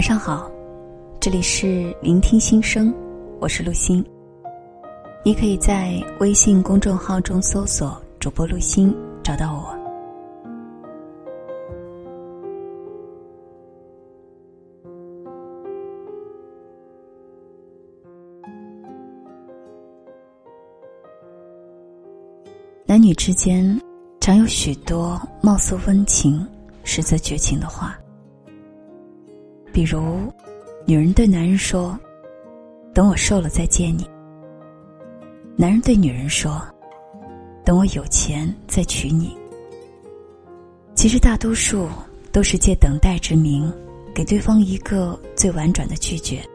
上好，这里是聆听心声，我是陆欣。你可以在微信公众号中搜索主播陆欣找到我。男女之间常有许多貌似温情实则绝情的话，比如女人对男人说，等我瘦了再见你，男人对女人说，等我有钱再娶你。其实大多数都是借等待之名给对方一个最婉转的拒绝。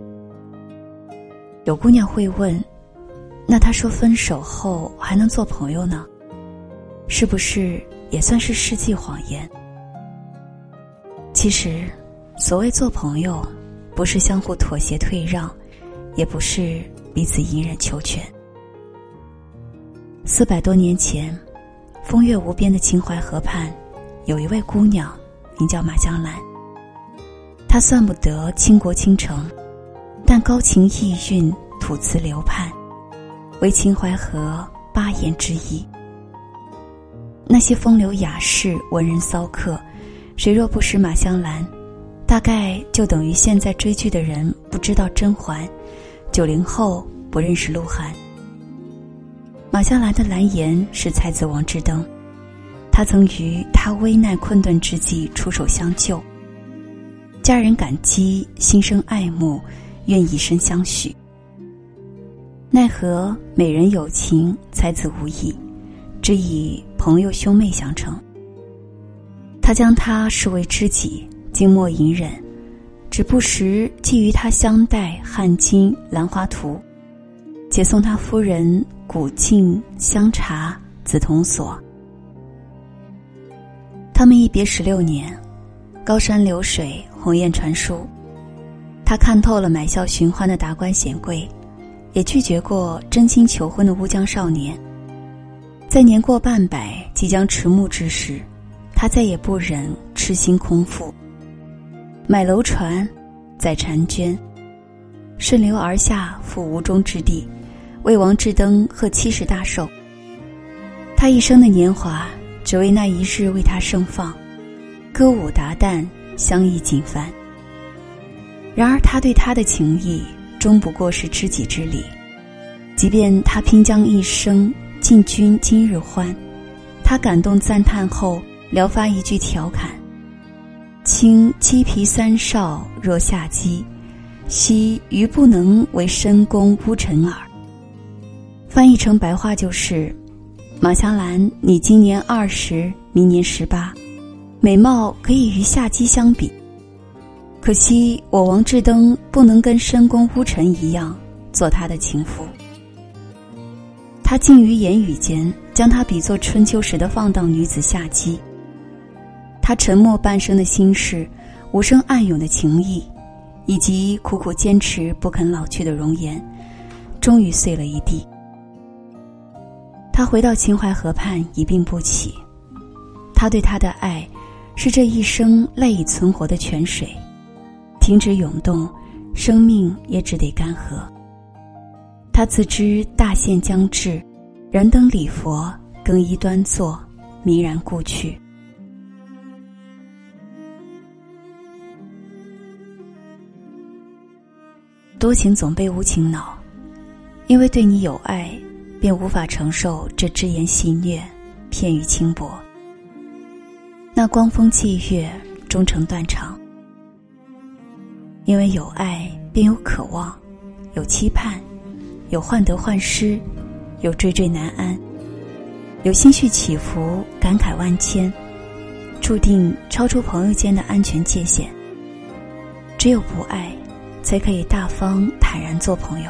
有姑娘会问，那他说分手后还能做朋友呢？是不是也算是世纪谎言？其实所谓做朋友，不是相互妥协退让，也不是彼此隐忍求全。400多年前，风月无边的秦淮河畔，有一位姑娘名叫马香兰。她算不得倾国倾城，但高情逸韵，吐词流盼，为秦淮河8言之一。那些风流雅士、文人骚客，谁若不识马香兰，大概就等于现在追剧的人不知道甄嬛，90后不认识鹿晗。马香兰的蓝颜是才子王志登，他曾于他危难困顿之际出手相救，家人感激，心生爱慕，愿以身相许。奈何美人有情，才子无意，只以朋友兄妹相称。他将他视为知己，静默隐忍，只不时寄于他香袋、汗巾、兰花图，且送他夫人古镜、香茶、紫铜锁。他们一别16年，高山流水，鸿雁传书。他看透了买笑寻欢的达官显贵，也拒绝过真心求婚的乌江少年。在年过半百，即将迟暮之时，他再也不忍痴心空负，买楼船，载婵娟，顺流而下，赴吴中之地，为王志登贺70大寿。他一生的年华，只为那一日为他盛放，歌舞达旦，相忆锦帆。然而他对他的情谊终不过是知己之礼，即便他拼将一生，尽君今日欢，他感动赞叹后，聊发一句调侃：卿7皮3少若下机，惜余不能为深宫污尘耳。翻译成白话就是，马香兰，你今年20，明年18，美貌可以与夏姬相比，可惜我王志登不能跟深宫污尘一样做他的情夫。他竟于言语间将她比作春秋时的放荡女子夏姬。他沉默半生的心事，无声暗涌的情谊，以及苦苦坚持不肯老去的容颜，终于碎了一地。他回到秦淮河畔一病不起，他对她的爱是这一生赖以存活的泉水，停止涌动，生命也只得干涸。他自知大限将至，燃灯礼佛，更衣端坐，迷然故去。多情总被无情恼，因为对你有爱，便无法承受这只言戏谑，片语轻薄。那光风霁月，终成断肠。因为有爱，便有渴望，有期盼，有患得患失，有惴惴难安，有心绪起伏，感慨万千，注定超出朋友间的安全界限。只有不爱，才可以大方坦然做朋友。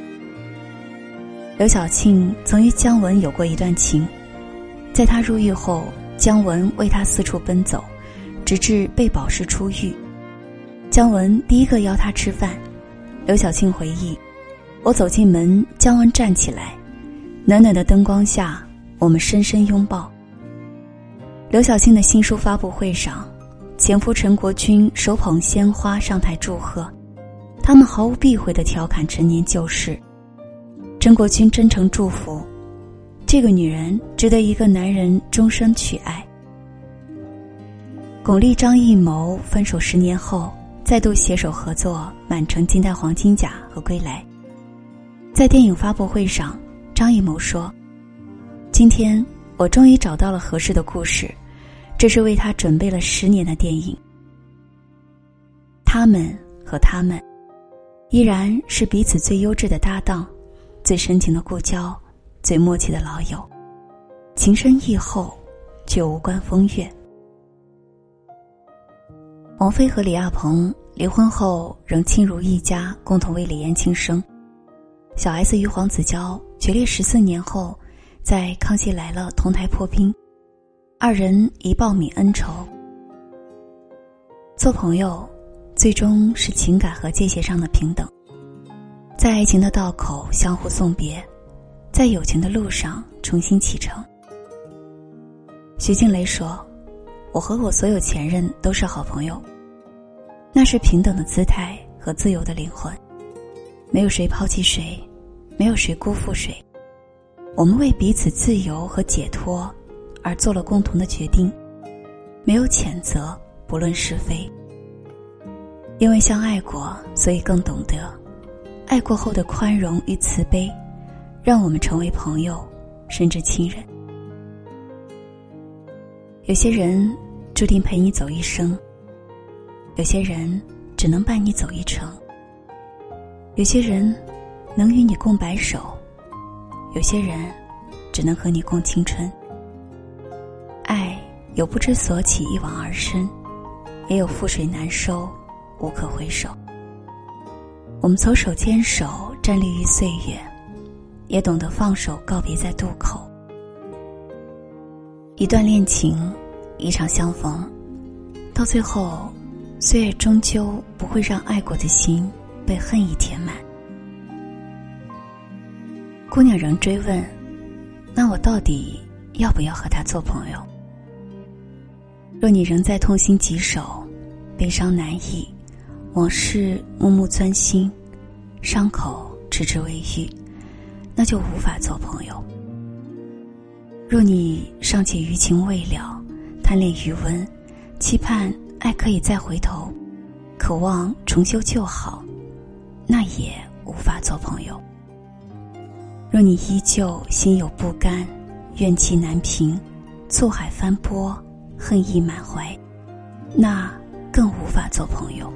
刘晓庆曾与姜文有过一段情，在他入狱后，姜文为他四处奔走，直至被保释出狱。姜文第一个邀他吃饭，刘晓庆回忆，我走进门，姜文站起来，暖暖的灯光下，我们深深拥抱。刘晓庆的新书发布会上， 前夫陈国军手捧鲜花上台祝贺，他们毫无避讳地调侃陈年旧事。陈国军真诚祝福，这个女人值得一个男人终生去爱。巩俐张艺谋分手10年后，再度携手合作《满城尽带黄金甲》和《归来》。在电影发布会上，张艺谋说：“今天我终于找到了合适的故事，这是为他准备了10年的电影。他们和他们，依然是彼此最优质的搭档，最深情的故交，最默契的老友，情深意厚，却无关风月。”王菲和李亚鹏离婚后仍亲如一家，共同为李嫣庆生。小 S 与黄子佼决裂14年后，在《康熙来了》同台破冰，二人一报泯恩仇。做朋友最终是情感和界限上的平等，在爱情的道口相互送别，在友情的路上重新启程。徐静蕾说：“我和我所有前任都是好朋友，那是平等的姿态和自由的灵魂，没有谁抛弃谁，没有谁辜负谁，我们为彼此自由和解脱而做了共同的决定，没有谴责，不论是非。因为相爱过，所以更懂得爱过后的宽容与慈悲，让我们成为朋友，甚至亲人。有些人注定陪你走一生，有些人只能伴你走一程，有些人能与你共白首，有些人只能和你共青春。爱有不知所起一往而深，也有覆水难收无可回首。我们左手牵手站立于岁月，也懂得放手告别在渡口。一段恋情，一场相逢，到最后岁月终究不会让爱过的心被恨意填满。姑娘仍追问，那我到底要不要和他做朋友？若你仍在痛心疾首，悲伤难抑，往事默默钻心，伤口迟迟未愈，那就无法做朋友。若你尚且余情未了，贪恋余温，期盼爱可以再回头，渴望重修旧好，那也无法做朋友。若你依旧心有不甘，怨气难平，醋海翻波，恨意满怀，那更无法做朋友。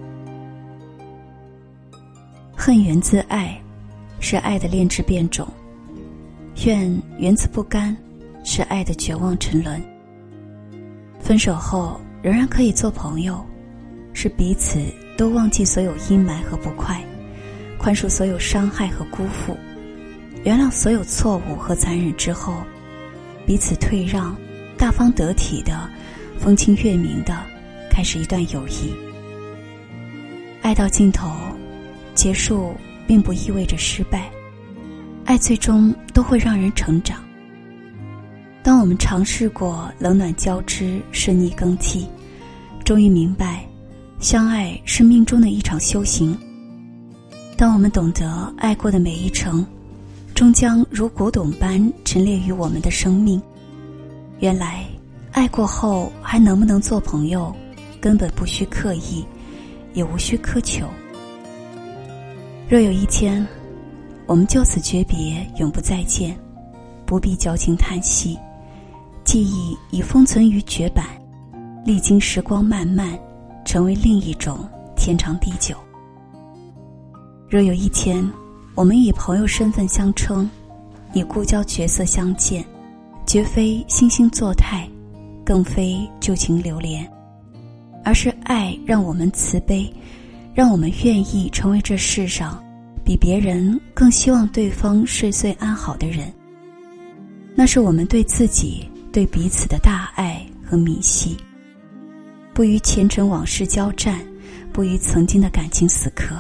恨源自爱，是爱的炼制变种；怨源自不甘，是爱的绝望沉沦。分手后仍然可以做朋友，是彼此都忘记所有阴霾和不快，宽恕所有伤害和辜负，原谅所有错误和残忍之后，彼此退让，大方得体的，风清月明的开始一段友谊。爱到尽头，结束并不意味着失败，爱最终都会让人成长。当我们尝试过冷暖交织，顺逆更替，终于明白相爱是命中的一场修行。当我们懂得爱过的每一程终将如古董般陈列于我们的生命，原来爱过后还能不能做朋友，根本不需刻意，也无需苛求。若有一天我们就此诀别，永不再见，不必矫情叹息，记忆已封存于绝版，历经时光漫漫，成为另一种天长地久。若有一天我们以朋友身份相称，以故交角色相见，绝非惺惺作态，更非旧情流连，而是爱让我们慈悲，让我们愿意成为这世上比别人更希望对方岁岁安好的人。那是我们对自己对彼此的大爱和泯惜，不与前尘往事交战，不与曾经的感情死磕。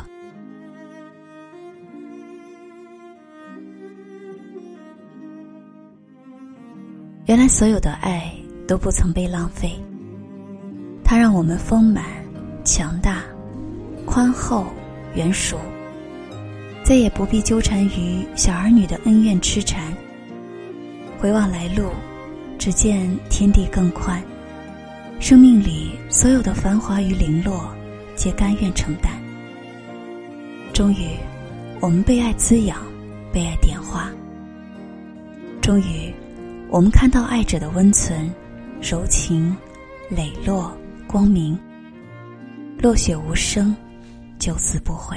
原来所有的爱都不曾被浪费， 它让我们丰满、强大、宽厚、圆熟，再也不必纠缠于小儿女的恩怨痴缠。回望来路，只见天地更宽，生命里所有的繁华与零落，皆甘愿承担。终于，我们被爱滋养，被爱点化。终于，我们看到爱者的温存、柔情、磊落、光明，落雪无声，就此不悔。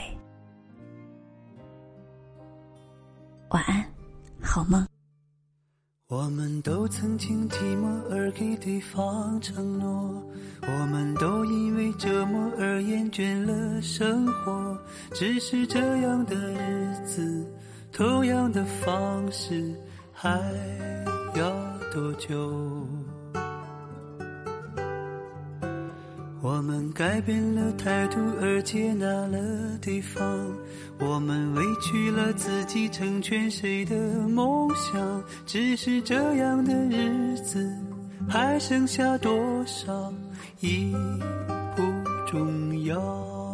晚安，好梦。 我们都曾经寂寞而给对方承诺，我们都因为折磨而厌倦了生活，只是这样的日子，同样的方式，还要多久？我们改变了态度而接纳了对方，我们委屈了自己成全谁的梦想，只是这样的日子还剩下多少已不重要。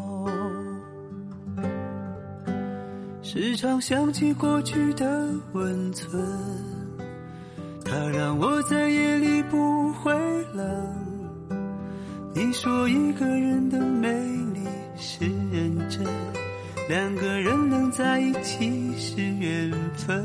时常想起过去的温存，它让我在夜里不会冷。你说一个人的美丽是认真，两个人能在一起是缘分。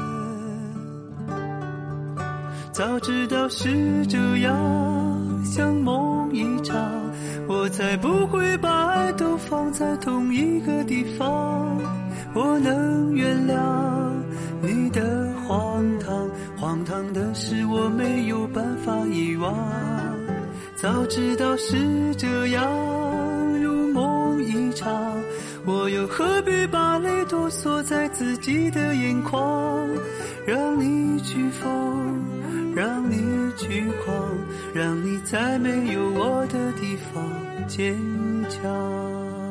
早知道是这样，像梦一场，我才不会把爱都放在同一个地方。我能原谅你的荒唐，荒唐的是我没有办法遗忘。早知道是这样，如梦一场，我又何必把泪都锁在自己的眼眶？让你去疯，让你去狂，让你在没有我的地方坚强。